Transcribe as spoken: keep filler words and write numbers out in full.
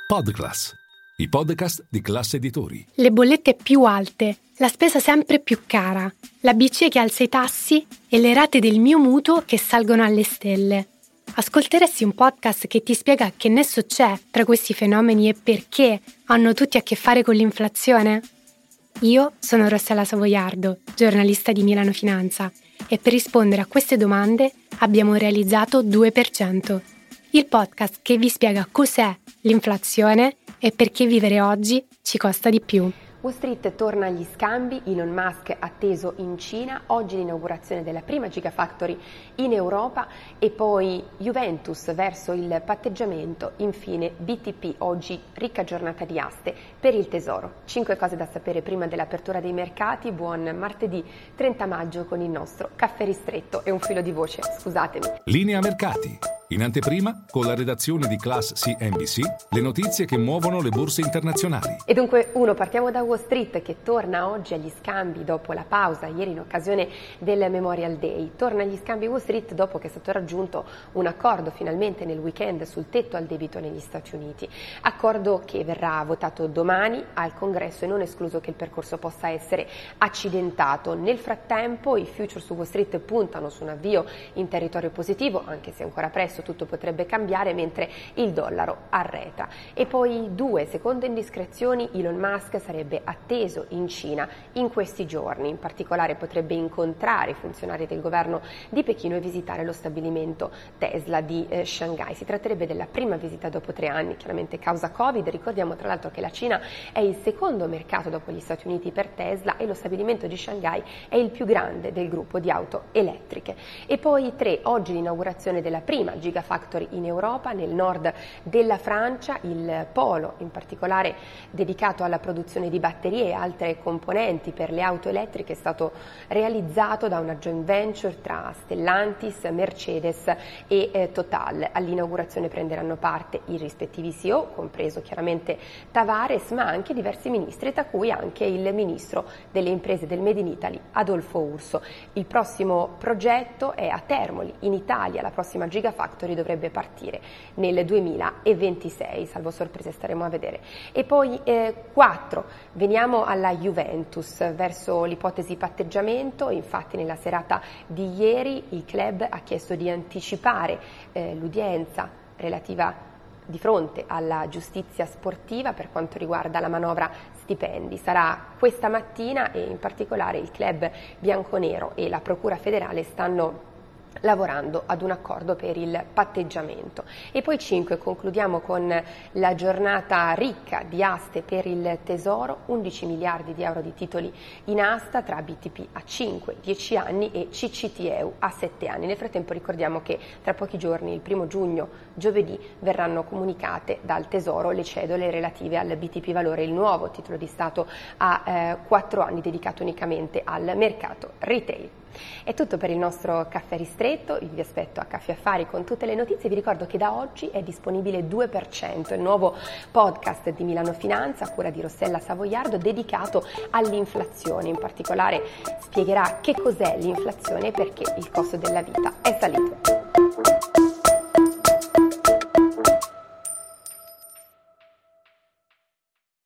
Podclass, i podcast di Class Editori. Le bollette più alte, la spesa sempre più cara, la B C E che alza i tassi e le rate del mio mutuo che salgono alle stelle. Ascolteresti un podcast che ti spiega che nesso c'è tra questi fenomeni e perché hanno tutti a che fare con l'inflazione? Io sono Rossella Savoiardo, giornalista di Milano Finanza, e per rispondere a queste domande abbiamo realizzato due per cento, il podcast che vi spiega cos'è l'inflazione e perché vivere oggi ci costa di più. Wall Street torna agli scambi, Elon Musk atteso in Cina, oggi l'inaugurazione della prima Gigafactory in Europa e poi Juventus verso il patteggiamento, infine B T P, oggi ricca giornata di aste per il tesoro. Cinque cose da sapere prima dell'apertura dei mercati, buon martedì trenta maggio con il nostro caffè ristretto e un filo di voce, scusatemi. Linea mercati. In anteprima, con la redazione di Class C N B C, le notizie che muovono le borse internazionali. E dunque, uno, partiamo da Wall Street che torna oggi agli scambi dopo la pausa, ieri in occasione del Memorial Day. Torna agli scambi Wall Street dopo che è stato raggiunto un accordo finalmente nel weekend sul tetto al debito negli Stati Uniti. Accordo che verrà votato domani al Congresso e non escluso che il percorso possa essere accidentato. Nel frattempo i future su Wall Street puntano su un avvio in territorio positivo, anche se ancora presto tutto potrebbe cambiare, mentre il dollaro arretra. E poi due, secondo indiscrezioni, Elon Musk sarebbe atteso in Cina in questi giorni, in particolare potrebbe incontrare i funzionari del governo di Pechino e visitare lo stabilimento Tesla di eh, Shanghai. Si tratterebbe della prima visita dopo tre anni, chiaramente causa Covid. Ricordiamo tra l'altro che la Cina è il secondo mercato dopo gli Stati Uniti per Tesla e lo stabilimento di Shanghai è il più grande del gruppo di auto elettriche. E poi tre, oggi l'inaugurazione della prima Gigafactory in Europa, nel nord della Francia, il polo in particolare dedicato alla produzione di batterie e altre componenti per le auto elettriche è stato realizzato da una joint venture tra Stellantis, Mercedes e eh, Total. All'inaugurazione prenderanno parte i rispettivi C E O, compreso chiaramente Tavares, ma anche diversi ministri, tra cui anche il ministro delle imprese del Made in Italy, Adolfo Urso. Il prossimo progetto è a Termoli, in Italia. La prossima Gigafactory dovrebbe partire nel duemilaventisei, salvo sorprese staremo a vedere. E poi eh, quattro, veniamo alla Juventus, verso l'ipotesi patteggiamento. Infatti nella serata di ieri il club ha chiesto di anticipare eh, l'udienza relativa di fronte alla giustizia sportiva per quanto riguarda la manovra stipendi. Sarà questa mattina e in particolare il club bianconero e la Procura federale stanno lavorando ad un accordo per il patteggiamento. E poi cinque, concludiamo con la giornata ricca di aste per il tesoro, undici miliardi di euro di titoli in asta tra B T P a cinque, dieci anni e C C T E U a sette anni. Nel frattempo ricordiamo che tra pochi giorni, il primo giugno, giovedì, verranno comunicate dal tesoro le cedole relative al B T P Valore, il nuovo titolo di Stato a eh, quattro anni dedicato unicamente al mercato retail. È tutto per il nostro caffè ristretto, io vi aspetto a Caffè Affari con tutte le notizie. Vi ricordo che da oggi è disponibile due per cento, il nuovo podcast di Milano Finanza a cura di Rossella Savoiardo dedicato all'inflazione. In particolare spiegherà che cos'è l'inflazione e perché il costo della vita è salito.